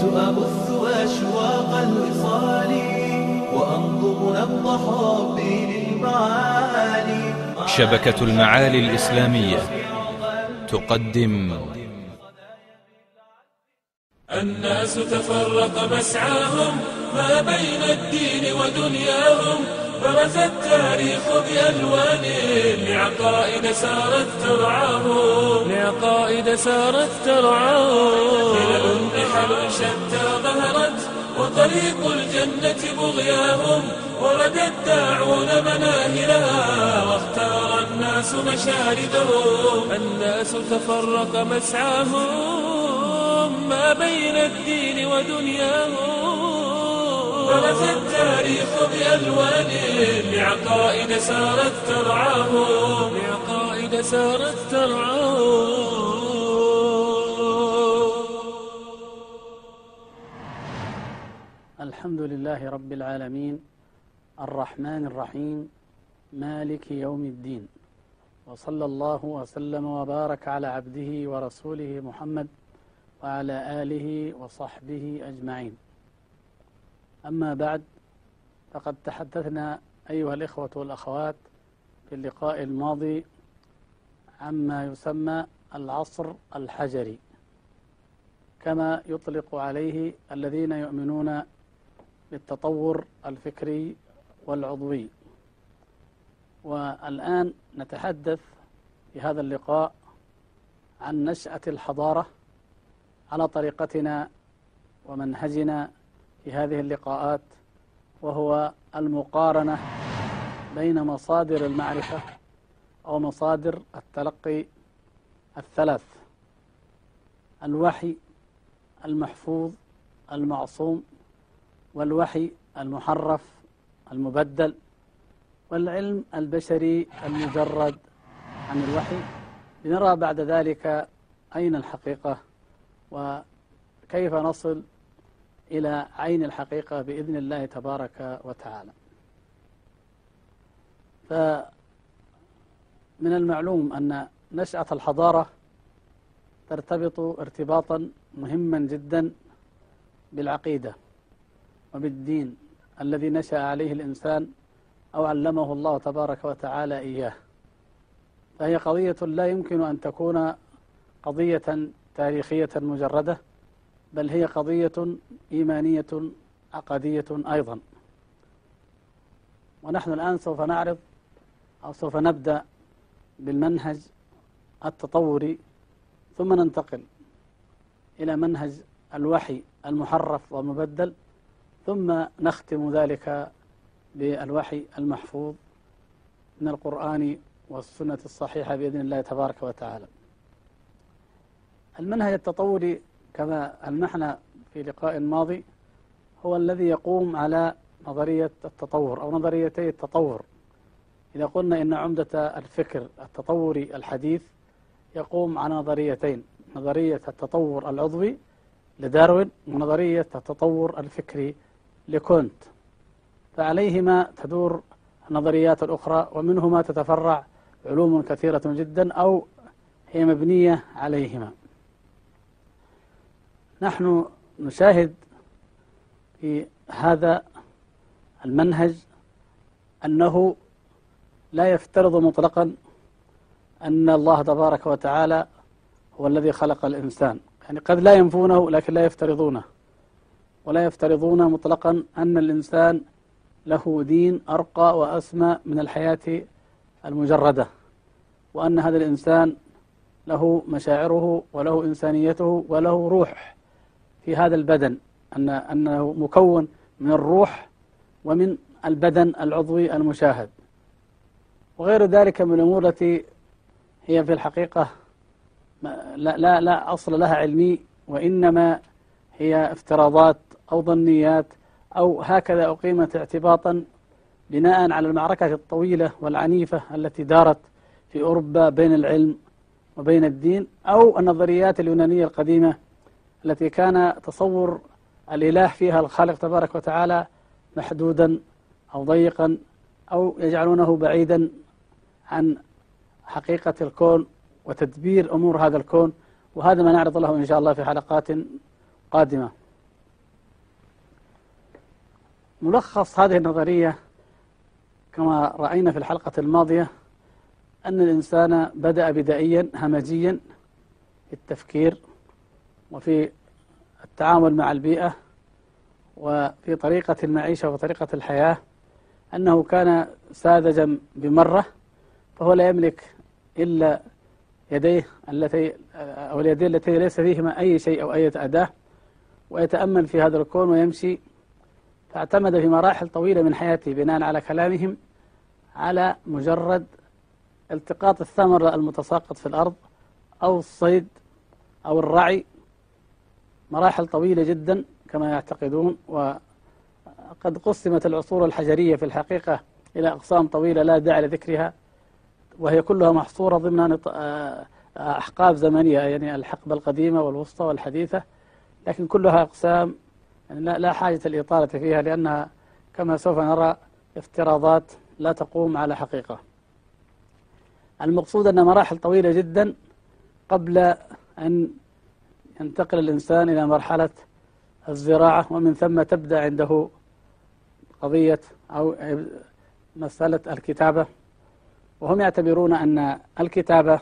كنت أبث أشواق الوصال وأنظر نبض حبي للمعالي. شبكة المعالي الإسلامية تقدم الناس تفرق مسعاهم ما بين الدين ودنياهم، برز التاريخ بألوان لعقائد سارت ترعاهم خلل نحل شتى ظهرت وطريق الجنة بغياهم، ورد الداعون مناهلها واختار الناس مشاردهم. الناس تفرق مسعاهم ما بين الدين ودنياهم، برز التاريخ بألوان لعقائد سارت ترعاهم الحمد لله رب العالمين الرحمن الرحيم مالك يوم الدين، وصلى الله وسلم وبارك على عبده ورسوله محمد وعلى آله وصحبه أجمعين. أما بعد، فقد تحدثنا أيها الإخوة والأخوات في اللقاء الماضي عما يسمى العصر الحجري، كما يطلق عليه الذين يؤمنون بالتطور الفكري والعضوي. والآن نتحدث في هذا اللقاء عن نشأة الحضارة على طريقتنا ومنهجنا في هذه اللقاءات، وهو المقارنة بين مصادر المعرفة أو مصادر التلقي الثلاث: الوحي المحفوظ المعصوم، والوحي المحرف المبدل، والعلم البشري المجرد عن الوحي. لنرى بعد ذلك أين الحقيقة وكيف نصل إلى عين الحقيقة بإذن الله تبارك وتعالى. فمن المعلوم أن نشأة الحضارة ترتبط ارتباطا مهما جدا بالعقيدة وبالدين الذي نشأ عليه الإنسان أو علمه الله تبارك وتعالى إياه. فهي قضية لا يمكن أن تكون قضية تاريخية مجردة، بل هي قضية إيمانية عقدية أيضا. ونحن الآن سوف نعرض أو سوف نبدأ بالمنهج التطوري، ثم ننتقل إلى منهج الوحي المحرف ومبدل، ثم نختم ذلك بالوحي المحفوظ من القرآن والسنة الصحيحة بإذن الله تبارك وتعالى. المنهج التطوري كما ألمحنا في لقاء ماضي هو الذي يقوم على نظرية التطور أو نظريتي التطور. إذا قلنا إن عمدة الفكر التطوري الحديث يقوم على نظريتين: نظرية التطور العضوي لداروين، ونظرية التطور الفكري لكونت. فعليهما تدور النظريات الأخرى، ومنهما تتفرع علوم كثيرة جدا أو هي مبنية عليهما. نحن نشاهد في هذا المنهج أنه لا يفترض مطلقا أن الله تبارك وتعالى هو الذي خلق الإنسان، يعني قد لا ينفونه لكن لا يفترضونه، ولا يفترضون مطلقا أن الإنسان له دين أرقى وأسمى من الحياة المجردة، وأن هذا الإنسان له مشاعره وله إنسانيته وله روح في هذا البدن، أنه مكون من الروح ومن البدن العضوي المشاهد، وغير ذلك من الأمور التي هي في الحقيقة لا أصل لها علمي، وإنما هي افتراضات أو ظنيات أو هكذا أقيمت اعتباطا بناء على المعركة الطويلة والعنيفة التي دارت في أوروبا بين العلم وبين الدين، أو النظريات اليونانية القديمة التي كان تصور الإله فيها الخالق تبارك وتعالى محدودا أو ضيقا أو يجعلونه بعيدا عن حقيقة الكون وتدبير أمور هذا الكون، وهذا ما نعرض له إن شاء الله في حلقات قادمة. ملخص هذه النظرية كما رأينا في الحلقة الماضية أن الإنسان بدأ بدائيا همجيا في التفكير وفي التعامل مع البيئة وفي طريقة المعيشة وطريقة الحياة، أنه كان ساذجا بمرة، فهو لا يملك إلا يديه اليدين التي ليس فيهما أي شيء أو أي أداة، ويتأمل في هذا الكون ويمشي. فاعتمد في مراحل طويلة من حياته بناء على كلامهم على مجرد التقاط الثمر المتساقط في الأرض أو الصيد أو الرعي، مراحل طويلة جدا كما يعتقدون. وقد قسمت العصور الحجرية في الحقيقة إلى أقسام طويلة لا داعي لذكرها، وهي كلها محصورة ضمن أحقاب زمنية، يعني الحقبة القديمة والوسطى والحديثة، لكن كلها أقسام يعني لا حاجة للإطالة فيها، لأنها كما سوف نرى افتراضات لا تقوم على حقيقة. المقصود أن مراحل طويلة جدا قبل أن ينتقل الإنسان إلى مرحلة الزراعة، ومن ثم تبدأ عنده قضية أو مسألة الكتابة. وهم يعتبرون أن الكتابة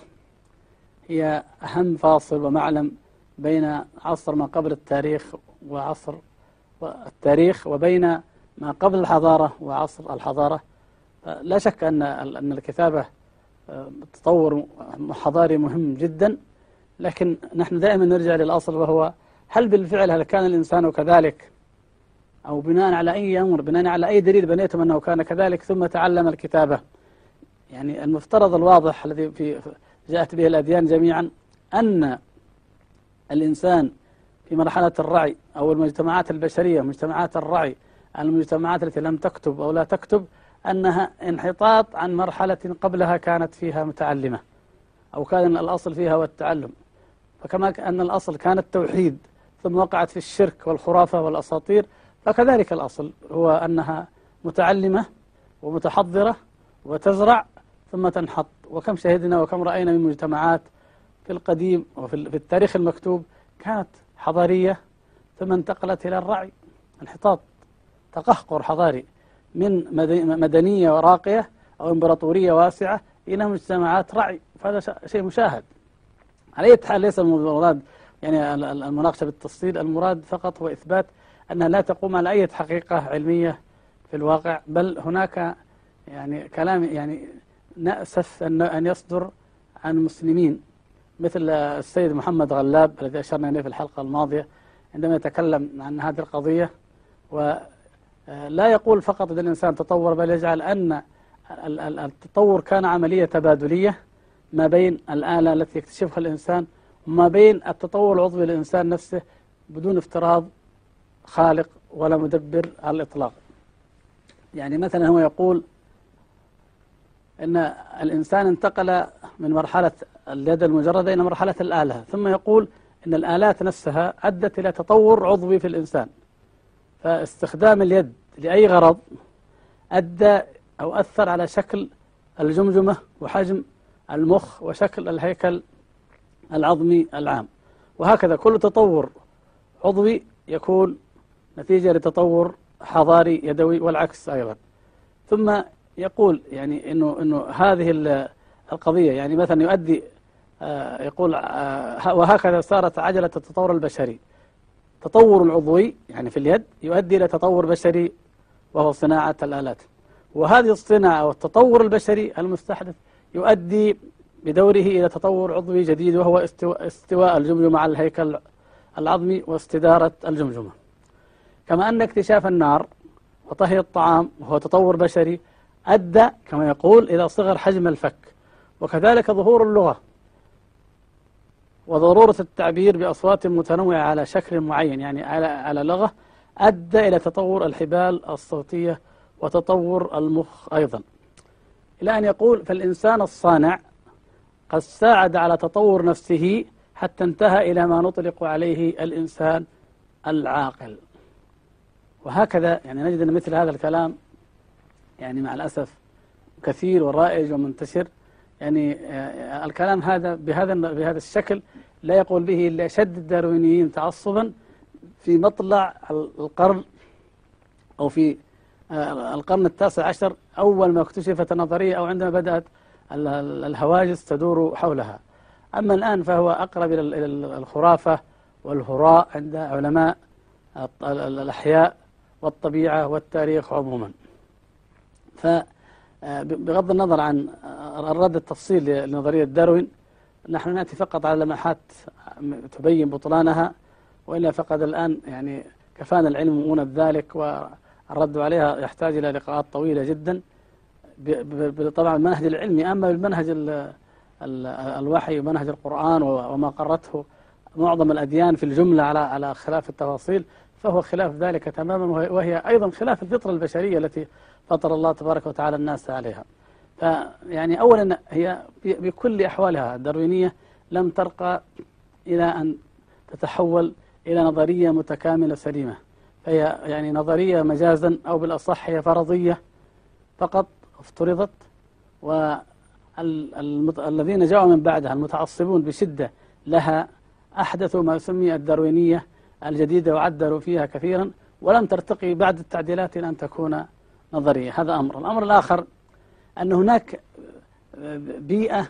هي أهم فاصل ومعلم بين عصر ما قبل التاريخ وعصر التاريخ، وبين ما قبل الحضارة وعصر الحضارة. لا شك أن الكتابة تطور حضاري مهم جدا، لكن نحن دائما نرجع للأصل، وهو هل بالفعل هل كان الإنسان كذلك، أو بناء على أي أمر، بناء على أي دليل بنيتم أنه كان كذلك ثم تعلم الكتابة. يعني المفترض الواضح الذي جاءت به الأديان جميعا أن الإنسان في مرحلة الرعي أو المجتمعات البشرية، مجتمعات الرعي، المجتمعات التي لم تكتب أو لا تكتب، أنها انحطاط عن مرحلة قبلها كانت فيها متعلمة أو كان الأصل فيها والتعلم. فكما أن الأصل كان التوحيد ثم وقعت في الشرك والخرافة والأساطير، فكذلك الأصل هو أنها متعلمة ومتحضرة وتزرع ثم تنحط. وكم شهدنا وكم رأينا من مجتمعات في القديم وفي التاريخ المكتوب كانت حضارية ثم انتقلت إلى الرعي، انحطاط، تقهقر حضاري من مدنية راقية أو إمبراطورية واسعة إلى مجتمعات رعي. فهذا شيء مشاهد. على أي حال ليس المراد يعني المناقشة بالتفصيل، المراد فقط هو إثبات أنها لا تقوم على أي حقيقة علمية في الواقع، بل هناك يعني كلام يعني نأسف أن يصدر عن مسلمين مثل السيد محمد غلاب الذي أشرنا إليه في الحلقة الماضية عندما يتكلم عن هذه القضية، ولا يقول فقط أن الإنسان تطور، بل يجعل أن التطور كان عملية تبادلية ما بين الآلة التي يكتشفها الإنسان وما بين التطور العضوي للإنسان نفسه بدون افتراض خالق ولا مدبر على الإطلاق. يعني مثلا هو يقول أن الإنسان انتقل من مرحلة اليد المجردة إلى مرحلة الآلة، ثم يقول أن الآلات نفسها أدت إلى تطور عضوي في الإنسان، فاستخدام اليد لأي غرض أدى أو أثر على شكل الجمجمة وحجم المخ وشكل الهيكل العظمي العام. وهكذا كل تطور عضوي يكون نتيجة لتطور حضاري يدوي والعكس أيضا. ثم يقول يعني إنه هذه القضية يعني مثلا يؤدي يقول وهكذا صارت عجلة التطور البشري، تطور العضوي يعني في اليد يؤدي إلى تطور بشري وهو صناعة الآلات، وهذه الصناعة والتطور البشري المستحدث يؤدي بدوره إلى تطور عضوي جديد وهو استواء الجمجمة على الهيكل العظمي واستدارة الجمجمة. كما أن اكتشاف النار وطهي الطعام وهو تطور بشري أدى كما يقول إلى صغر حجم الفك، وكذلك ظهور اللغة وضرورة التعبير بأصوات متنوعة على شكل معين يعني على لغة أدى إلى تطور الحبال الصوتية وتطور المخ أيضا، إلى أن يقول فالإنسان الصانع قد ساعد على تطور نفسه حتى انتهى إلى ما نطلق عليه الإنسان العاقل. وهكذا يعني نجد أن مثل هذا الكلام يعني مع الأسف كثير ورائج ومنتشر. يعني الكلام هذا بهذا الشكل لا يقول به إلا أشد الداروينيين تعصبا في مطلع القرن أو في القرن التاسع عشر أول ما اكتشفت النظرية أو عندما بدأت الهواجس تدور حولها. أما الآن فهو أقرب إلى الخرافة والهراء عند علماء الأحياء والطبيعة والتاريخ عموما. فبغض النظر عن الرد التفصيلي لنظرية داروين، نحن نأتي فقط على لمحات تبين بطلانها، وإلا فقد الآن يعني كفانا العلم مؤونة ذلك، والرد عليها يحتاج إلى لقاءات طويلة جدا طبعا المنهج العلمي. أما بالمنهج الوحي ومنهج القرآن وما قرته معظم الأديان في الجملة على خلاف التفاصيل، فهو خلاف ذلك تماما، وهي أيضا خلاف الفطرة البشرية التي فطر الله تبارك وتعالى الناس عليها. فيعني أولا هي بكل أحوالها الداروينية لم ترقى إلى أن تتحول إلى نظرية متكاملة سليمة، فهي يعني نظرية مجازا، أو بالأصح هي فرضية فقط افترضت، والذين جاءوا من بعدها المتعصبون بشدة لها أحدثوا ما سمي الداروينية الجديدة وعدلوا فيها كثيرا، ولم ترتقي بعد التعديلات إلى أن تكون نظرية. هذا أمر. الأمر الآخر أن هناك بيئة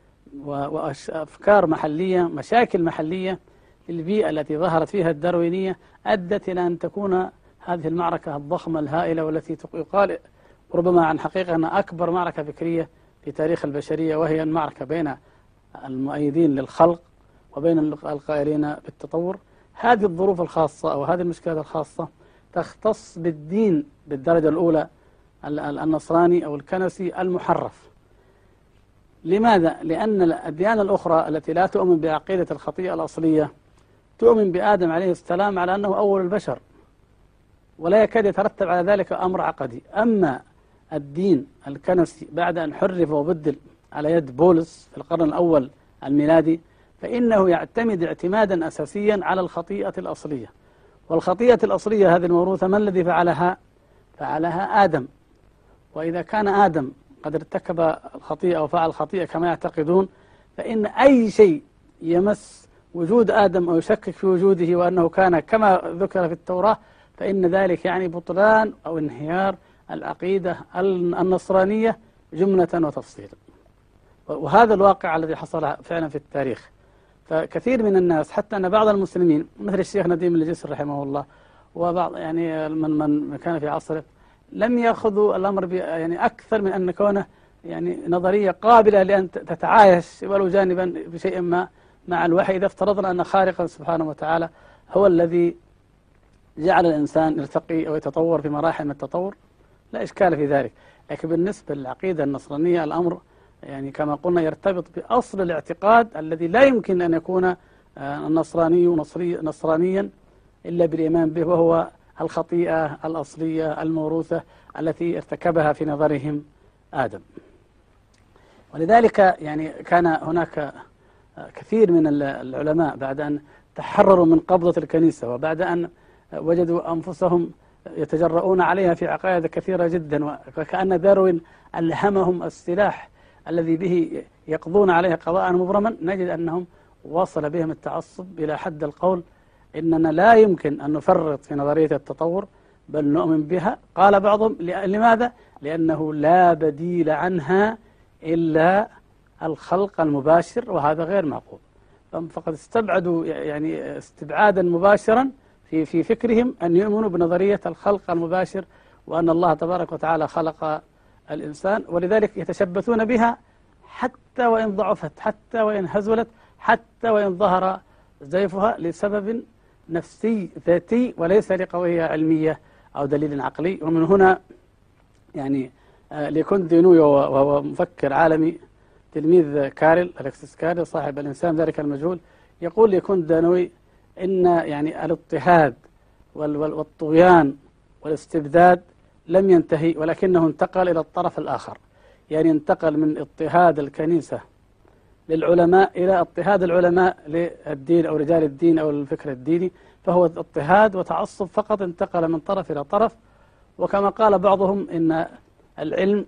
وأفكار محلية، مشاكل محلية البيئة التي ظهرت فيها الداروينية أدت إلى أن تكون هذه المعركة الضخمة الهائلة، والتي يقال ربما عن حقيقة أنها أكبر معركة فكرية في تاريخ البشرية، وهي المعركة بين المؤيدين للخلق وبين القائلين بالتطور. هذه الظروف الخاصة أو هذه المشكلات الخاصة تختص بالدين بالدرجة الأولى النصراني أو الكنسي المحرف. لماذا؟ لأن الأديان الأخرى التي لا تؤمن بعقيدة الخطيئة الأصلية تؤمن بآدم عليه السلام على أنه أول البشر، ولا يكاد يترتب على ذلك أمر عقدي. أما الدين الكنسي بعد أن حرف وبدل على يد بولس في القرن الأول الميلادي، فإنه يعتمد اعتمادا أساسيا على الخطيئة الأصلية. والخطيئة الأصلية هذه الموروثة من الذي فعلها؟ فعلها آدم. وإذا كان آدم قد ارتكب الخطيئة أو فعل الخطيئة كما يعتقدون، فإن أي شيء يمس وجود آدم أو يشكك في وجوده وأنه كان كما ذكر في التوراة، فإن ذلك يعني بطلان أو انهيار العقيدة النصرانية جملة وتفصيلا. وهذا الواقع الذي حصل فعلا في التاريخ. فكثير من الناس، حتى أن بعض المسلمين مثل الشيخ نديم الجسر رحمه الله وبعض يعني من كان في عصره، لم يأخذوا الأمر يعني أكثر من أن كونه يعني نظرية قابلة لأن تتعايش ولو جانبا بشيء ما مع الوحي، إذا افترضنا أن خالقا سبحانه وتعالى هو الذي جعل الإنسان يرتقي أو يتطور في مراحل من التطور، لا إشكال في ذلك. لكن بالنسبة للعقيدة النصرانية الأمر يعني كما قلنا يرتبط بأصل الاعتقاد الذي لا يمكن أن يكون النصراني نصرانيا إلا بالإيمان به، وهو الخطيئة الأصلية الموروثة التي ارتكبها في نظرهم آدم. ولذلك يعني كان هناك كثير من العلماء بعد أن تحرروا من قبضة الكنيسة وبعد أن وجدوا أنفسهم يتجرؤون عليها في عقائد كثيرة جدا، وكأن داروين ألهمهم السلاح الذي به يقضون عليه قضاء مبرما، نجد أنهم وصل بهم التعصب إلى حد القول إننا لا يمكن أن نفرط في نظرية التطور بل نؤمن بها. قال بعضهم لماذا؟ لأنه لا بديل عنها إلا الخلق المباشر، وهذا غير معقول. فقد استبعدوا يعني استبعادا مباشرا في فكرهم أن يؤمنوا بنظرية الخلق المباشر، وأن الله تبارك وتعالى خلق الإنسان، ولذلك يتشبثون بها حتى وإن ضعفت، حتى وإن هزلت، حتى وإن ظهر زيفها لسبب نفسي ذاتي وليس لقضية علمية أو دليل عقلي. ومن هنا يعني لكوندينوي وهو مفكر عالمي تلميذ كارل ألكسيس كارل صاحب الإنسان ذلك المجهول، يقول لكوندينوي إن يعني الاضطهاد والطغيان والاستبداد لم ينتهي، ولكنه انتقل إلى الطرف الآخر، يعني انتقل من اضطهاد الكنيسة للعلماء إلى اضطهاد العلماء للدين أو رجال الدين أو الفكر الديني، فهو اضطهاد وتعصب فقط، انتقل من طرف إلى طرف. وكما قال بعضهم إن العلم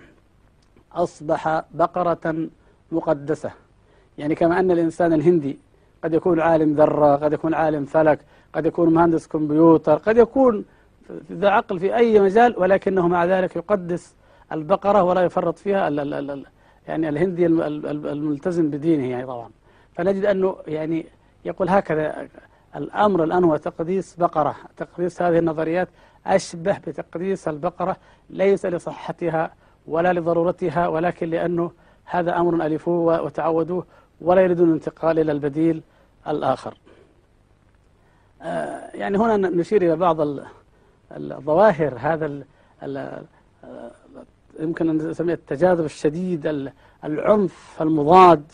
أصبح بقرة مقدسة، يعني كما أن الإنسان الهندي قد يكون عالم ذرة، قد يكون عالم فلك، قد يكون مهندس كمبيوتر، قد يكون ذو عقل في أي مجال، ولكنه مع ذلك يقدس البقرة ولا يفرط فيها يعني الهندي الملتزم بدينه يعني طبعا. فنجد أنه يعني يقول هكذا الأمر الآن هو تقديس بقرة. تقديس هذه النظريات أشبه بتقديس البقرة، ليس لصحتها ولا لضرورتها، ولكن لأنه هذا أمر ألفوه وتعودوه ولا يريدون الانتقال إلى البديل الآخر. يعني هنا نشير إلى بعض الظواهر هذا يمكن أن نسميه التجاذب الشديد، العنف المضاد،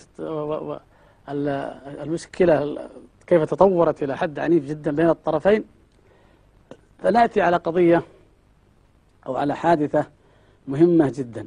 المشكلة كيف تطورت إلى حد عنيف جدا بين الطرفين. فنأتي على قضية أو على حادثة مهمة جدا.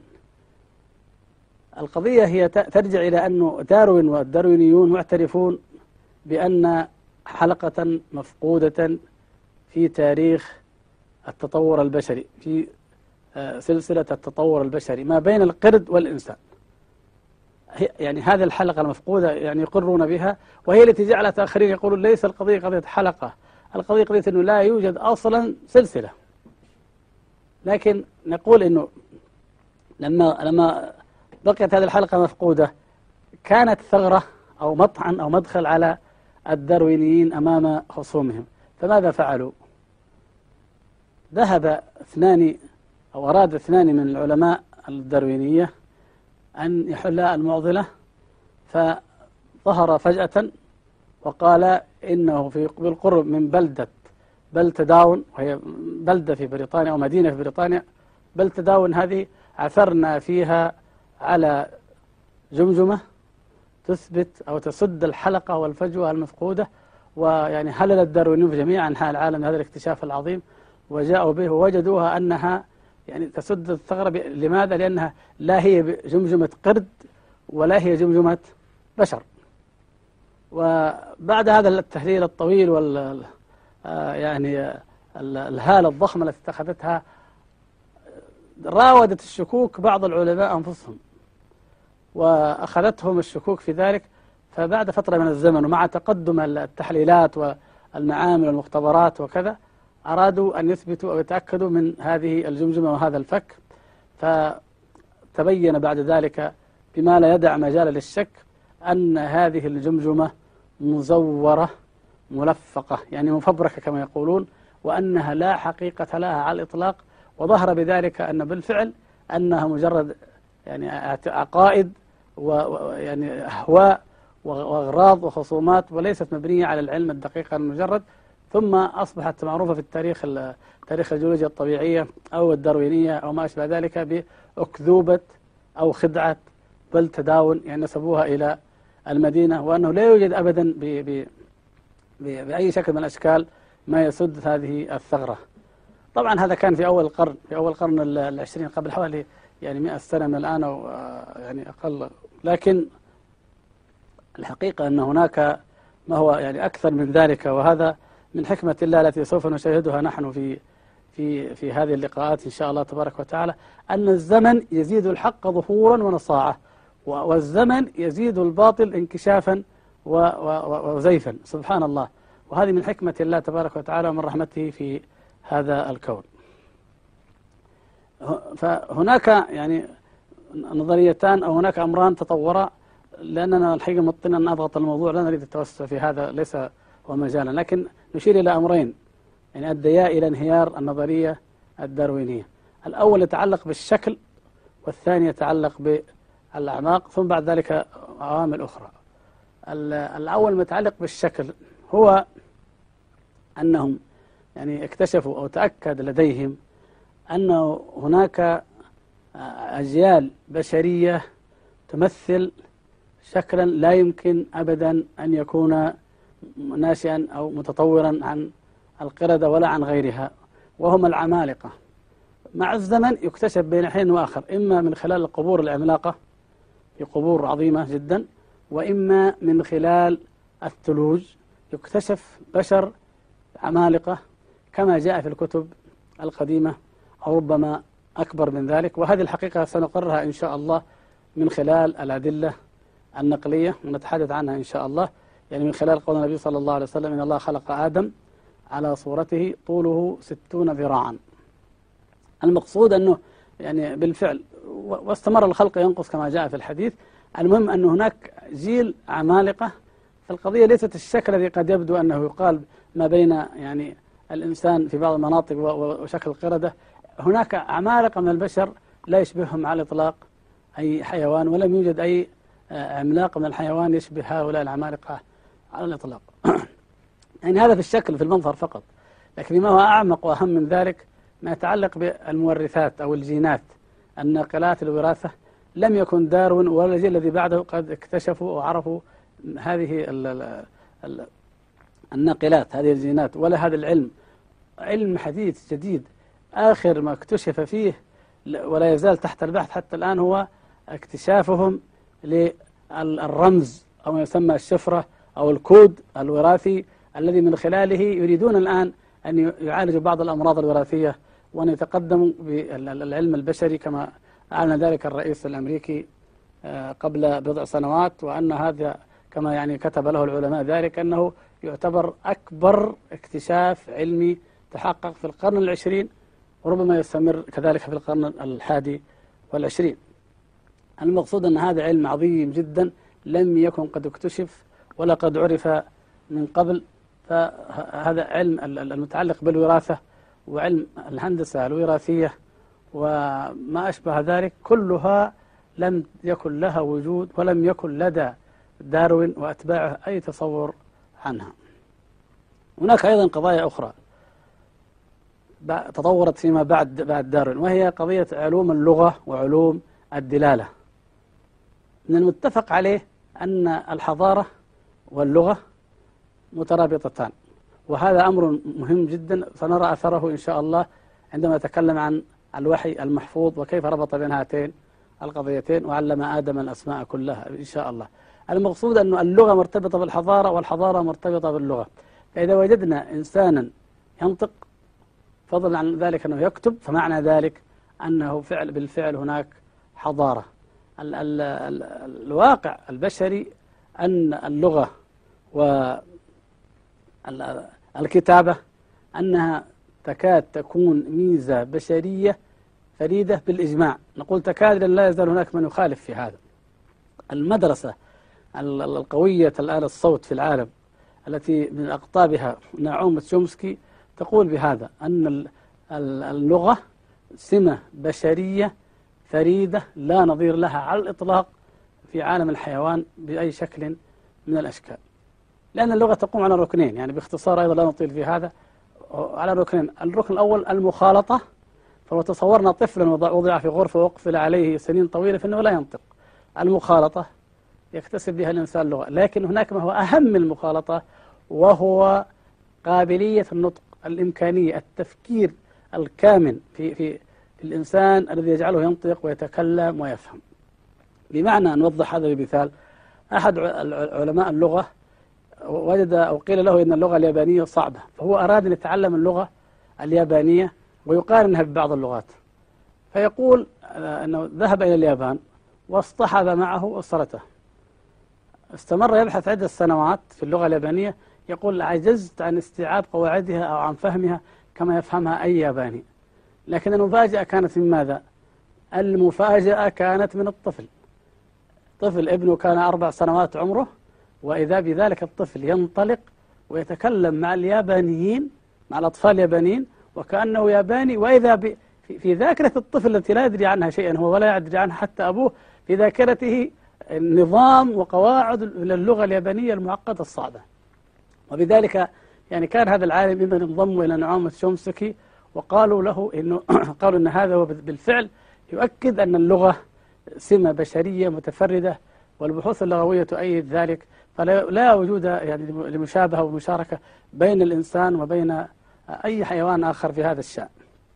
القضية هي ترجع إلى أنه داروين والداروينيون معترفون بأن حلقة مفقودة في تاريخ التطور البشري، في سلسلة التطور البشري ما بين القرد والإنسان. يعني هذه الحلقة المفقودة يعني يقرون بها، وهي التي جعلت آخرين يقولون ليس القضية قضية حلقة، القضية قضية أنه لا يوجد أصلا سلسلة. لكن نقول أنه لما بقيت هذه الحلقة مفقودة كانت ثغرة أو مطعن أو مدخل على الداروينيين أمام خصومهم. فماذا فعلوا؟ ذهب اثنان أو أراد اثنان من العلماء الداروينية أن يحلا المعضلة، فظهر فجأة وقال إنه بالقرب من بلدة بلتداون، وهي بلدة في بريطانيا أو مدينة في بريطانيا. بلتداون هذه عثرنا فيها على جمجمة تثبت أو تسد الحلقة والفجوة المفقودة. ويعني حلل الداروينيون في جميع أنحاء العالم هذا الاكتشاف العظيم، وجاءوا به ووجدوها أنها يعني تسد الثغرة. لماذا؟ لأنها لا هي جمجمة قرد ولا هي جمجمة بشر. وبعد هذا التحليل الطويل يعني الهالة الضخمة التي اتخذتها، راودت الشكوك بعض العلماء أنفسهم وأخذتهم الشكوك في ذلك. فبعد فترة من الزمن ومع تقدم التحليلات والمعامل والمختبرات وكذا، أرادوا أن يثبتوا أو يتأكدوا من هذه الجمجمة وهذا الفك. فتبين بعد ذلك بما لا يدع مجال للشك أن هذه الجمجمة مزورة ملفقة، يعني مفبركة كما يقولون، وأنها لا حقيقة لها على الإطلاق. وظهر بذلك أن بالفعل أنها مجرد يعني عقائد ويعني أهواء وأغراض وخصومات، وليست مبنية على العلم الدقيق المجرد. ثم أصبحت معروفة في تاريخ الجيولوجيا الطبيعية أو الداروينية أو ما أشبه ذلك بأكذوبة أو خدعة بلتداون، يعني نسبوها إلى المدينة، وأنه لا يوجد أبدا بأي شكل من الأشكال ما يسد هذه الثغرة. طبعا هذا كان في أول القرن العشرين، قبل حوالي يعني 100 سنة من الآن أو يعني أقل. لكن الحقيقة أن هناك ما هو يعني أكثر من ذلك، وهذا من حكمة الله التي سوف نشاهدها نحن في هذه اللقاءات إن شاء الله تبارك وتعالى، أن الزمن يزيد الحق ظهورا ونصاعة، والزمن يزيد الباطل انكشافا وزيفا، سبحان الله. وهذه من حكمة الله تبارك وتعالى ومن رحمته في هذا الكون. فهناك يعني نظريتان أو هناك أمران تطورا، لأننا الحقيقة مضطرين أن نضغط الموضوع، لا نريد التوسع في هذا، ليس هو مجالا، لكن نشير إلى أمرين يعني أديا إلى انهيار النظرية الداروينية. الأول يتعلق بالشكل، والثاني يتعلق بالأعماق، ثم بعد ذلك عوامل أخرى. الأول متعلق بالشكل هو أنهم يعني اكتشفوا أو تأكد لديهم أنه هناك أجيال بشرية تمثل شكلا لا يمكن أبدا أن يكون ناشئا أو متطورا عن القردة ولا عن غيرها، وهم العمالقة. مع الزمن يكتشف بين حين وآخر، إما من خلال القبور العملاقة في قبور عظيمة جدا، وإما من خلال الثلوج يكتشف بشر عمالقة كما جاء في الكتب القديمة، أو ربما أكبر من ذلك. وهذه الحقيقة سنقرها إن شاء الله من خلال الأدلة النقلية، ونتحدث عنها إن شاء الله، يعني من خلال قول النبي صلى الله عليه وسلم إن الله خلق آدم على صورته طوله 60 ذراعا. المقصود أنه يعني بالفعل واستمر الخلق ينقص كما جاء في الحديث. المهم أن هناك جيل عمالقة. فالقضية ليست الشكل الذي قد يبدو أنه يقال ما بين يعني الإنسان في بعض المناطق وشكل القردة. هناك عمالقة من البشر لا يشبههم على الإطلاق أي حيوان، ولم يوجد أي عملاق من الحيوان يشبه هؤلاء العمالقة على الإطلاق. يعني هذا في الشكل في المنظر فقط، لكن ما هو أعمق وأهم من ذلك ما يتعلق بالمورثات أو الجينات الناقلات الوراثة. لم يكن داروين ولا الجيل الذي بعده قد اكتشفوا وعرفوا هذه الناقلات، هذه الجينات، ولا هذا العلم. علم حديث جديد آخر ما اكتشف فيه ولا يزال تحت البحث حتى الآن هو اكتشافهم للرمز أو ما يسمى الشفرة أو الكود الوراثي الذي من خلاله يريدون الآن أن يعالجوا بعض الأمراض الوراثية وأن يتقدموا بالعلم البشري كما أعلن ذلك الرئيس الأمريكي قبل بضع سنوات. وأن هذا كما يعني كتب له العلماء ذلك أنه يعتبر أكبر اكتشاف علمي تحقق في القرن العشرين، وربما يستمر كذلك في القرن الحادي والعشرين. المقصود أن هذا علم عظيم جدا لم يكن قد اكتشف ولا قد عرف من قبل. فهذا علم المتعلق بالوراثة وعلم الهندسة الوراثية وما أشبه ذلك كلها لم يكن لها وجود ولم يكن لدى داروين وأتباعه أي تصور عنها. هناك أيضا قضايا أخرى تطورت فيما بعد داروين، وهي قضية علوم اللغة وعلوم الدلالة. من المتفق عليه أن الحضارة واللغة مترابطتان، وهذا أمر مهم جدا سنرى أثره إن شاء الله عندما نتكلم عن الوحي المحفوظ وكيف ربط بين هاتين القضيتين وعلم آدم الأسماء كلها إن شاء الله. المقصود أن اللغة مرتبطة بالحضارة والحضارة مرتبطة باللغة. فإذا وجدنا إنسانا ينطق فضلا عن ذلك أنه يكتب، فمعنى ذلك أنه بالفعل هناك حضارة. الواقع البشري أن اللغة والكتابة أنها تكاد تكون ميزة بشرية فريدة بالإجماع. نقول تكاد لأن لا يزال هناك من يخالف في هذا. المدرسة القوية الآن الصوت في العالم التي من أقطابها نعوم تشومسكي تقول بهذا أن اللغة سمة بشرية فريدة لا نظير لها على الإطلاق في عالم الحيوان بأي شكل من الأشكال. لأن اللغة تقوم على ركنين، يعني باختصار أيضا لا نطيل في هذا، على ركنين. الركن الأول المخالطة، فلو تصورنا طفلا وضع في غرفة وأقفل عليه سنين طويلة فإنه لا ينطق. المخالطة يكتسب بها الإنسان لغة، لكن هناك ما هو أهم من المخالطة وهو قابلية النطق، الإمكانية، التفكير الكامن في الإنسان الذي يجعله ينطق ويتكلم ويفهم. بمعنى نوضح هذا بمثال. أحد علماء اللغة وجد أو قيل له إن اللغة اليابانية صعبة، فهو أراد أن يتعلم اللغة اليابانية ويقارنها ببعض اللغات، فيقول أنه ذهب إلى اليابان واصطحب معه أسرته، استمر يبحث عدة سنوات في اللغة اليابانية، يقول عجزت عن استيعاب قواعدها أو عن فهمها كما يفهمها أي ياباني. لكن المفاجأة كانت من ماذا؟ المفاجأة كانت من الطفل. طفل ابنه كان 4 سنوات عمره، وإذا بذلك الطفل ينطلق ويتكلم مع اليابانيين، مع الأطفال اليابانيين وكأنه ياباني، وإذا في ذاكرة الطفل التي لا يدري عنها شيئا هو ولا يدري عنها حتى أبوه، في ذاكرته نظام وقواعد للغة اليابانية المعقدة الصعبة. وبذلك يعني كان هذا العالم ممن انضموا إلى نعومة تشومسكي وقالوا له إنه قالوا إن هذا هو بالفعل يؤكد أن اللغة سمة بشرية متفردة، والبحوث اللغوية تؤيد ذلك. فلا وجود يعني لمشابهة ومشاركة بين الإنسان وبين أي حيوان آخر في هذا الشأن.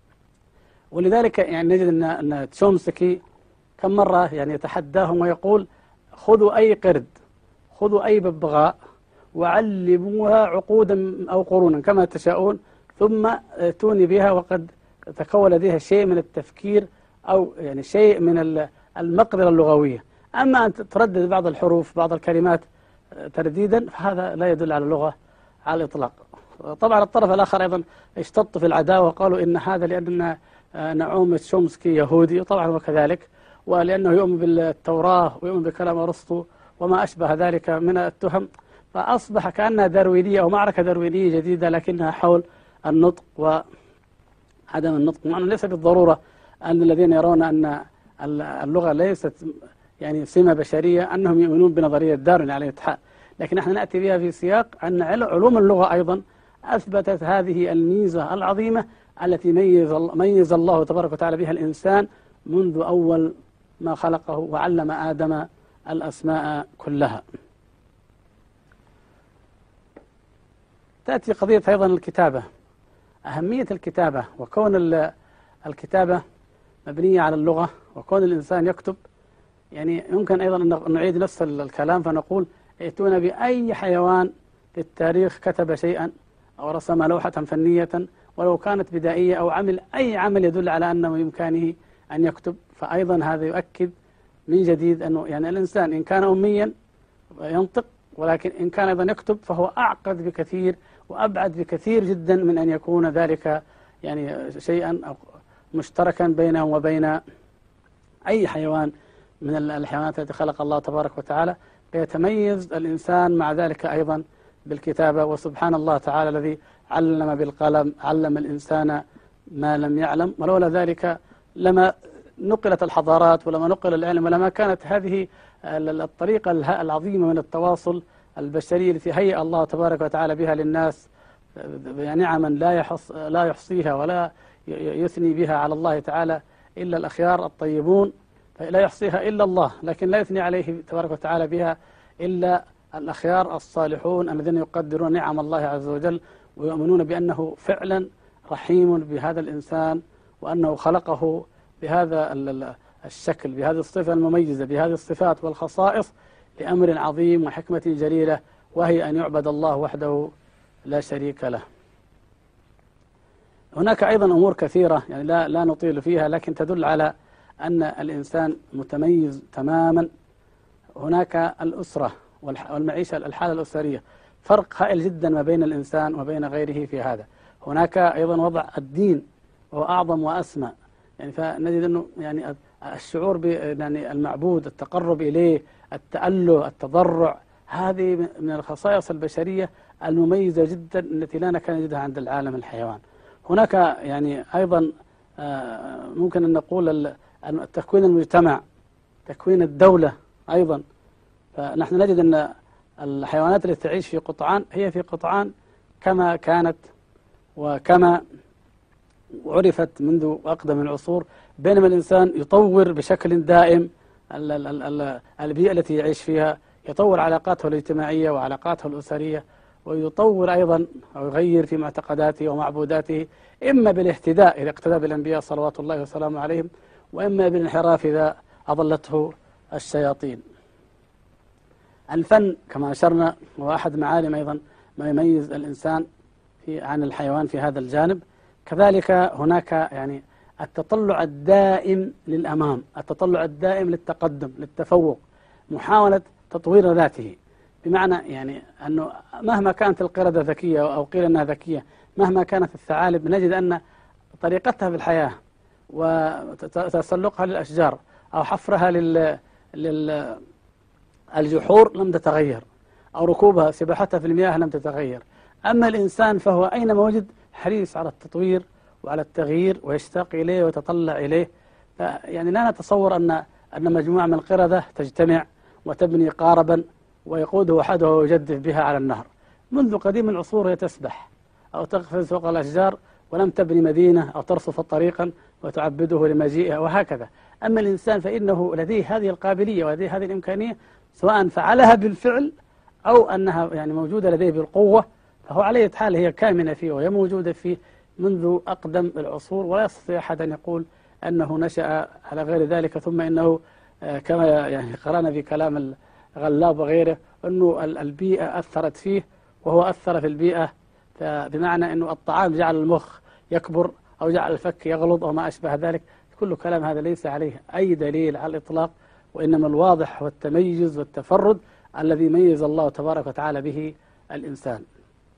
ولذلك يعني نجد أن تشومسكي كم مرة يعني يتحداهم ويقول خذوا أي قرد، خذوا أي ببغاء وعلموها عقودا أو قرونا كما تشاءون، ثم اتوني بها وقد تكون لديها شيء من التفكير أو يعني شيء من المقدرة اللغوية. أما أن تردد بعض الحروف بعض الكلمات ترديدا فهذا لا يدل على اللغة على الإطلاق. طبعا الطرف الآخر أيضا اشتط في العداوة وقالوا إن هذا لأن نعوم تشومسكي يهودي، طبعا هو كذلك، ولأنه يؤمن بالتوراة ويؤمن بكلام أرسطو وما أشبه ذلك من التهم، فأصبح كأنها داروينية أو معركة داروينية جديدة لكنها حول النطق وعدم النطق. مع أنه ليس بالضرورة أن الذين يرون أن اللغة ليست يعني سمة بشرية أنهم يؤمنون بنظرية داروين على الاتحاد، لكن نحن نأتي بها في سياق أن علوم اللغة أيضا أثبتت هذه الميزة العظيمة التي ميز الله تبارك وتعالى بها الإنسان منذ أول ما خلقه وعلم آدم الأسماء كلها. تأتي قضية أيضا الكتابة، أهمية الكتابة وكون الكتابة مبنية على اللغة وكون الإنسان يكتب. يعني يمكن أيضا أن نعيد نفس الكلام فنقول ائتونا بأي حيوان في التاريخ كتب شيئا أو رسم لوحة فنية ولو كانت بدائية أو عمل أي عمل يدل على أنه بإمكانه أن يكتب، فأيضا هذا يؤكد من جديد أنه يعني الإنسان إن كان أميا ينطق، ولكن إن كان أيضا يكتب فهو أعقد بكثير وأبعد بكثير جدا من أن يكون ذلك يعني شيئا مشتركا بينه وبين أي حيوان من الحيوانات التي خلق الله تبارك وتعالى. فيتميز الإنسان مع ذلك أيضا بالكتابة. وسبحان الله تعالى الذي علم بالقلم علم الإنسان ما لم يعلم، ولولا ذلك لما نقلت الحضارات ولما نقل العلم ولما كانت هذه الطريقة العظيمة من التواصل البشري التي هيأ الله تبارك وتعالى بها للناس نعما لا يحصيها ولا يثني بها على الله تعالى إلا الأخيار الطيبون، لا يحصيها إلا الله، لكن لا يثني عليه تبارك وتعالى بها إلا الأخيار الصالحون الذين يقدرون نعم الله عز وجل ويؤمنون بأنه فعلا رحيم بهذا الإنسان وأنه خلقه بهذا الشكل بهذه الصفة المميزة بهذه الصفات والخصائص لأمر عظيم وحكمة جليلة، وهي أن يعبد الله وحده لا شريك له. هناك أيضا أمور كثيرة يعني لا نطيل فيها، لكن تدل على أن الإنسان متميز تماما. هناك الأسرة والمعيشة الحالة الأسرية، فرق هائل جدا ما بين الإنسان وبين غيره في هذا. هناك أيضا وضع الدين وهو أعظم وأسمى، يعني فنجد أنه يعني الشعور يعني المعبود، التقرب إليه، التأله، التضرع، هذه من الخصائص البشرية المميزة جدا التي لا نكاد نجدها عند العالم الحيوان. هناك يعني أيضا ممكن أن نقول تكوين المجتمع، تكوين الدولة أيضا. فنحن نجد أن الحيوانات التي تعيش في قطعان هي في قطعان كما كانت وكما عرفت منذ أقدم العصور، بينما الإنسان يطور بشكل دائم البيئة التي يعيش فيها، يطور علاقاته الاجتماعية وعلاقاته الأسرية، ويطور أيضا أو يغير في معتقداته ومعبوداته، إما بالاهتداء إذا اقتدى بالأنبياء صلوات الله وسلامه عليهم، وإما بالانحراف إذا أضلته الشياطين. الفن كما أشرنا هو أحد معالم أيضا ما يميز الإنسان عن الحيوان في هذا الجانب. كذلك هناك يعني التطلع الدائم للأمام، التطلع الدائم للتقدم، للتفوق، محاولة تطوير ذاته، بمعنى يعني أنه مهما كانت القردة ذكية أو قيل أنها ذكية، مهما كانت الثعالب، نجد أن طريقتها في الحياة وتسلقها للأشجار أو حفرها للجحور لم تتغير، أو ركوبها سباحتها في المياه لم تتغير. أما الإنسان فهو أينما وجد حريص على التطوير وعلى التغيير ويشتاق إليه ويتطلع إليه. يعني لا نتصور أن مجموعة من القردة تجتمع وتبني قاربا ويقوده أحدها ويجدف بها على النهر. منذ قديم العصور هي تسبح أو تقفز فوق الأشجار ولم تبني مدينة أو ترصف طريقا وتعبده لمجيئها وهكذا. أما الإنسان فإنه لديه هذه القابلية ولديه هذه الإمكانية، سواء فعلها بالفعل أو أنها يعني موجودة لديه بالقوة، فهو على أي حال هي كامنة فيه وهي موجودة فيه منذ أقدم العصور، ولا يستطيع أحد أن يقول أنه نشأ على غير ذلك. ثم إنه كما يعني قرأنا في كلام الغلاب وغيره أنه البيئة أثرت فيه وهو أثر في البيئة، بمعنى أنه الطعام جعل المخ يكبر أو جعل الفك يغلط أو ما أشبه ذلك. كل كلام هذا ليس عليه أي دليل على الإطلاق، وإنما الواضح هو التميز والتفرد الذي ميز الله تبارك وتعالى به الإنسان.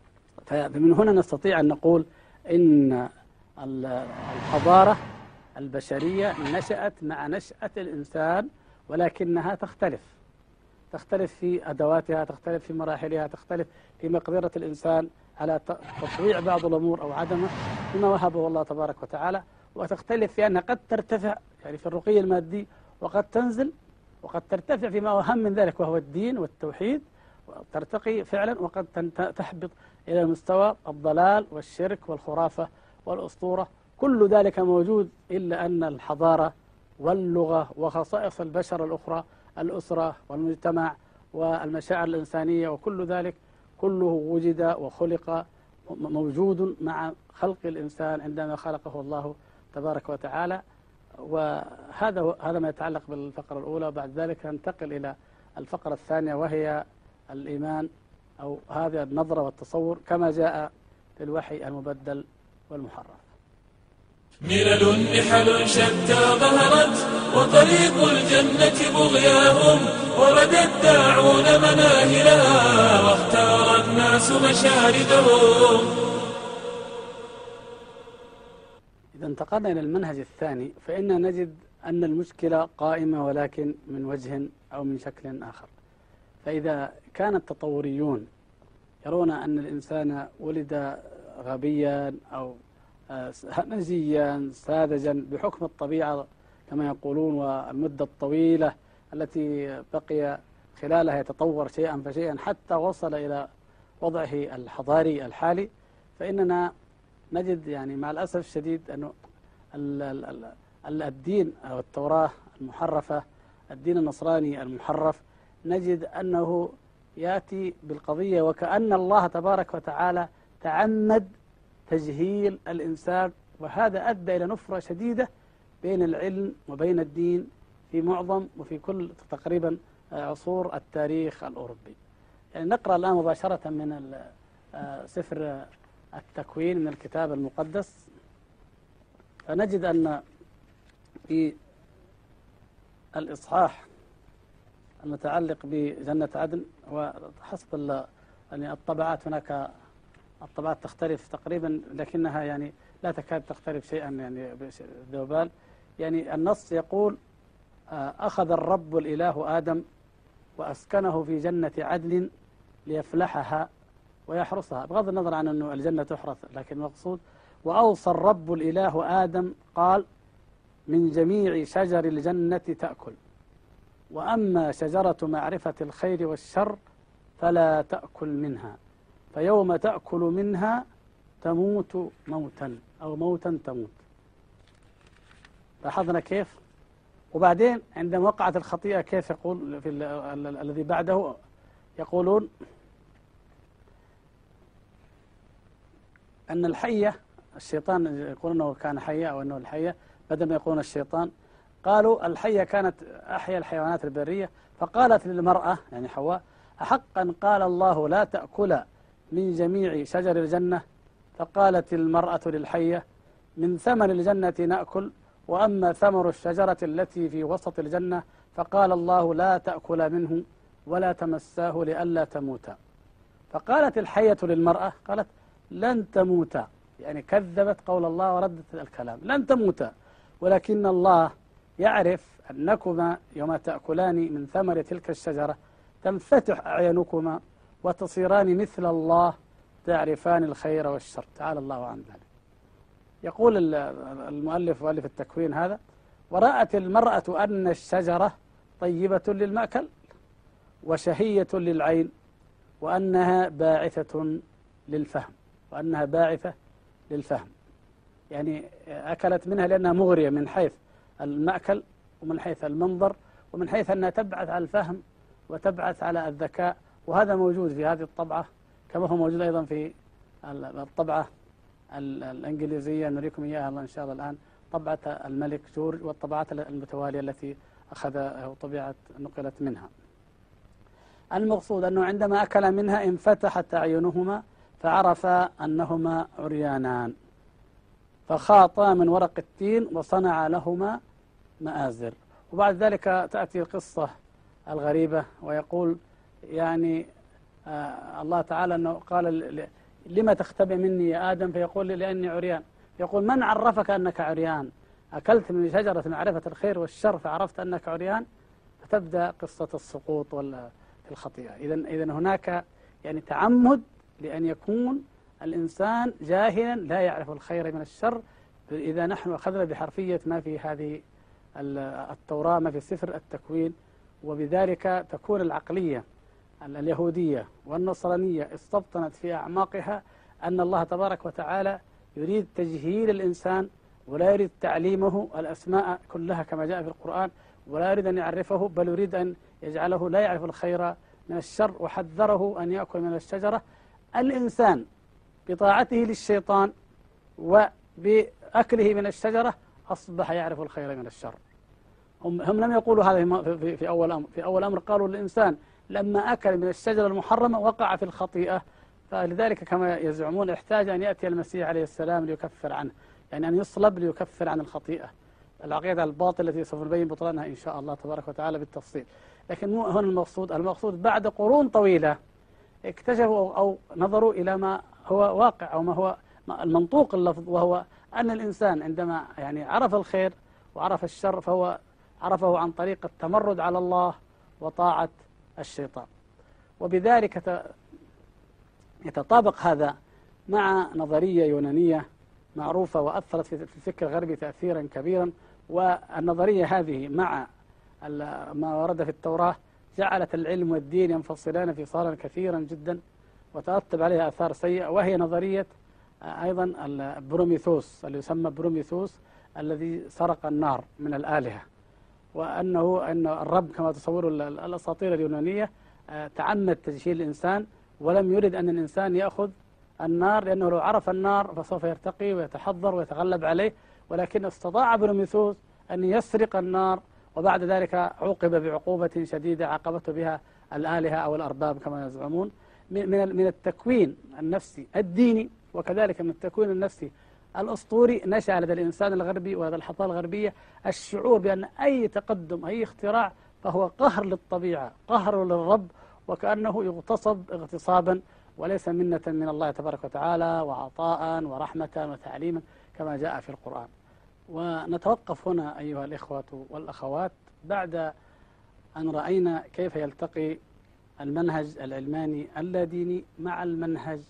فمن هنا نستطيع أن نقول إن الحضارة البشرية نشأت مع نشأة الإنسان، ولكنها تختلف في أدواتها، تختلف في مراحلها، تختلف في مقدرة الإنسان على تطويع بعض الأمور أو عدمه بما وهبه الله تبارك وتعالى، وتختلف في أنها قد ترتفع يعني في الرقي المادي، وقد تنزل وقد ترتفع فيما هو أهم من ذلك وهو الدين والتوحيد، ترتقي فعلا، وقد تحبط إلى مستوى الضلال والشرك والخرافة والأسطورة. كل ذلك موجود، إلا أن الحضارة واللغة وخصائص البشر الأخرى، الأسرة والمجتمع والمشاعر الإنسانية وكل ذلك كله وجد وخلق موجود مع خلق الإنسان عندما خلقه الله تبارك وتعالى. وهذا ما يتعلق بالفقرة الأولى. وبعد ذلك ننتقل إلى الفقرة الثانية، وهي الإيمان أو هذه النظرة والتصور كما جاء في الوحي المبدل والمحرف. ملل نحل شتى ظهرت وطريق الجنة بغياهم، ورد الداعون مناهلها واختار الناس مشاردهم. إذا انتقلنا إلى المنهج الثاني، فإننا نجد أن المشكلة قائمة ولكن من وجه أو من شكل آخر. فإذا كان التطوريون يرون أن الإنسان ولد غبيا أو همجيا ساذجا بحكم الطبيعة كما يقولون، والمدة الطويلة التي بقي خلالها يتطور شيئا فشيئا حتى وصل إلى وضعه الحضاري الحالي، فإننا نجد يعني مع الأسف الشديد أنه الدين أو التوراة المحرفة، الدين النصراني المحرف، نجد أنه يأتي بالقضية وكأن الله تبارك وتعالى تعمد تجهيل الإنسان، وهذا أدى إلى نفرة شديدة بين العلم وبين الدين في معظم وفي كل تقريبا عصور التاريخ الأوروبي. يعني نقرأ الآن مباشرة من سفر التكوين من الكتاب المقدس، فنجد أن في الإصحاح المتعلق بجنة عدن، وحسب يعني الطبعات هناك الطبعات تختلف تقريبا لكنها يعني لا تكاد تختلف شيئا يعني بذوبال. يعني النص يقول: أخذ الرب الإله آدم وأسكنه في جنة عدن ليفلحها ويحرسها، بغض النظر عن أن الجنة تحرث، لكن المقصود: وأوصى الرب الإله آدم قال: من جميع شجر الجنة تأكل، وأما شجرة معرفة الخير والشر فلا تأكل منها، فيوم تأكل منها تموت موتا أو موتا تموت. لاحظنا كيف؟ وبعدين عندما وقعت الخطيئة كيف يقول في الذي بعده؟ يقولون أن الحية، الشيطان يقولون أنه كان حية أو أنه الحية، بدل ما يقولون الشيطان قالوا الحية كانت أحيا الحيوانات البرية، فقالت للمرأة يعني حواء: أحقا قال الله لا تأكل من جميع شجر الجنة؟ فقالت المرأة للحية: من ثمر الجنة نأكل، وأما ثمر الشجرة التي في وسط الجنة فقال الله لا تأكل منه ولا تمساه لئلا تموتا. فقالت الحية للمرأة، قالت: لن تموتا، يعني كذبت قول الله وردت الكلام، لن تموتا، ولكن الله يعرف أنكما يوم تأكلان من ثمر تلك الشجرة تنفتح أعينكما وتصيران مثل الله تعرفان الخير والشر، تعالى الله عن ذلك. يقول المؤلف مؤلف التكوين هذا: ورأت المرأة أن الشجرة طيبة للمأكل وشهية للعين وأنها باعثة للفهم، وأنها باعثة للفهم، يعني أكلت منها لأنها مغرية من حيث المأكل ومن حيث المنظر ومن حيث أنها تبعث على الفهم وتبعث على الذكاء. وهذا موجود في هذه الطبعة كما هو موجود أيضا في الطبعة الإنجليزية، نريكم إياها الله إن شاء الله الآن، طبعة الملك جورج، والطبعات المتوالية التي طبعت نقلت منها. المقصود أنه عندما أكل منها انفتحت أعينهما فعرفا أنهما عريانان، فخاطا من ورق التين وصنع لهما مآزر. وبعد ذلك تأتي القصة الغريبة، ويقول يعني الله تعالى أنه قال لما تختبئ مني يا آدم؟ فيقول لأني عريان. يقول من عرفك أنك عريان؟ أكلت من شجرة معرفة الخير والشر فعرفت أنك عريان؟ فتبدأ قصة السقوط والخطيئة. إذن هناك يعني تعمد لأن يكون الإنسان جاهلا لا يعرف الخير من الشر. إذا نحن أخذنا بحرفية ما في هذه التوراة، ما في سفر التكوين، وبذلك تكون العقلية اليهودية والنصرانية استبطنت في أعماقها أن الله تبارك وتعالى يريد تجهيل الإنسان ولا يريد تعليمه الأسماء كلها كما جاء في القرآن، ولا يريد أن يعرفه، بل يريد أن يجعله لا يعرف الخير من الشر، وحذره أن يأكل من الشجرة. الإنسان بطاعته للشيطان وبأكله من الشجرة أصبح يعرف الخير من الشر. هم لم يقولوا هذا في أول أمر. في أول أمر قالوا للإنسان لما أكل من الشجرة المحرمة وقع في الخطيئة، فلذلك كما يزعمون احتاج أن يأتي المسيح عليه السلام ليكفر عنه، يعني أن يصلب ليكفر عن الخطيئة. العقيدة الباطلة التي سوف نبين بطلانها إن شاء الله تبارك وتعالى بالتفصيل. لكن مو هنا المقصود بعد قرون طويلة اكتشفوا أو نظروا إلى ما هو واقع أو ما هو المنطوق اللفظ، وهو أن الإنسان عندما يعني عرف الخير وعرف الشر فهو عرفه عن طريق التمرد على الله وطاعة الشيطان. وبذلك يتطابق هذا مع نظرية يونانية معروفة وأثرت في الفكر الغربي تأثيرا كبيرا. والنظرية هذه مع ما ورد في التوراة جعلت العلم والدين ينفصلان انفصالا كثيرا جدا، وترتب عليها آثار سيئة، وهي نظرية أيضا بروميثوس، اللي يسمى بروميثوس الذي سرق النار من الآلهة، أن الرب كما تصوروا الأساطير اليونانية تعمد تجهيل الإنسان ولم يرد أن الإنسان يأخذ النار، لأنه لو عرف النار فسوف يرتقي ويتحضر ويتغلب عليه، ولكن استطاع بروميثوس أن يسرق النار، وبعد ذلك عوقب بعقوبة شديدة عاقبته بها الآلهة أو الأرباب كما يزعمون. من التكوين النفسي الديني وكذلك من التكوين النفسي الأسطوري نشأ لدى الإنسان الغربي ولدى الحضارة الغربية الشعور بأن أي تقدم أي اختراع فهو قهر للطبيعة، قهر للرب، وكأنه يغتصب اغتصابا وليس منة من الله تبارك وتعالى وعطاء ورحمة وتعليما كما جاء في القرآن. ونتوقف هنا أيها الإخوة والأخوات بعد أن رأينا كيف يلتقي المنهج العلماني اللاديني مع المنهج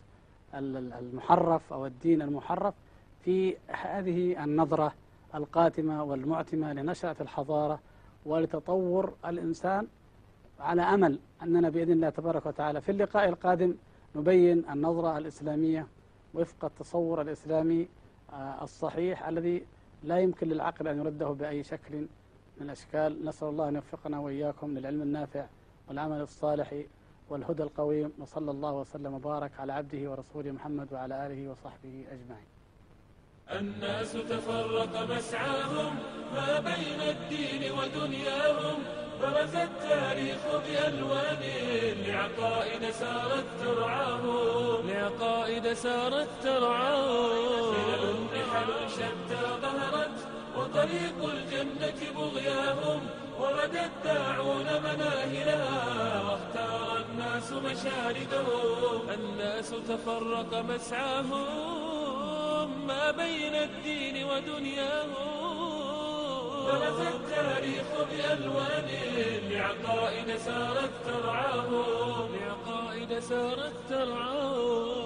المحرف أو الدين المحرف في هذه النظرة القاتمة والمعتمة لنشأة الحضارة ولتطور الإنسان، على أمل أننا بإذن الله تبارك وتعالى في اللقاء القادم نبين النظرة الإسلامية وفق التصور الإسلامي الصحيح الذي لا يمكن للعقل أن يرده بأي شكل من الأشكال. نسأل الله أن يوفقنا وإياكم للعلم النافع والعمل الصالح والهدى القويم، وصلى الله وسلم وبارك على عبده ورسوله محمد وعلى آله وصحبه أجمعين. الناس تفرق مسعاهم ما بين الدين ودنياهم، برز التاريخ بألوان لعقائد سارت ترعاهم، خلل نحل شتى ظهرت وطريق الجنة بغياهم، ورد الداعون مناهلها واختار الناس مشاردهم. الناس تفرق مسعاهم ما بين الدين ودنياهم، برز التاريخ بألوان لعقائد سارت ترعاهم.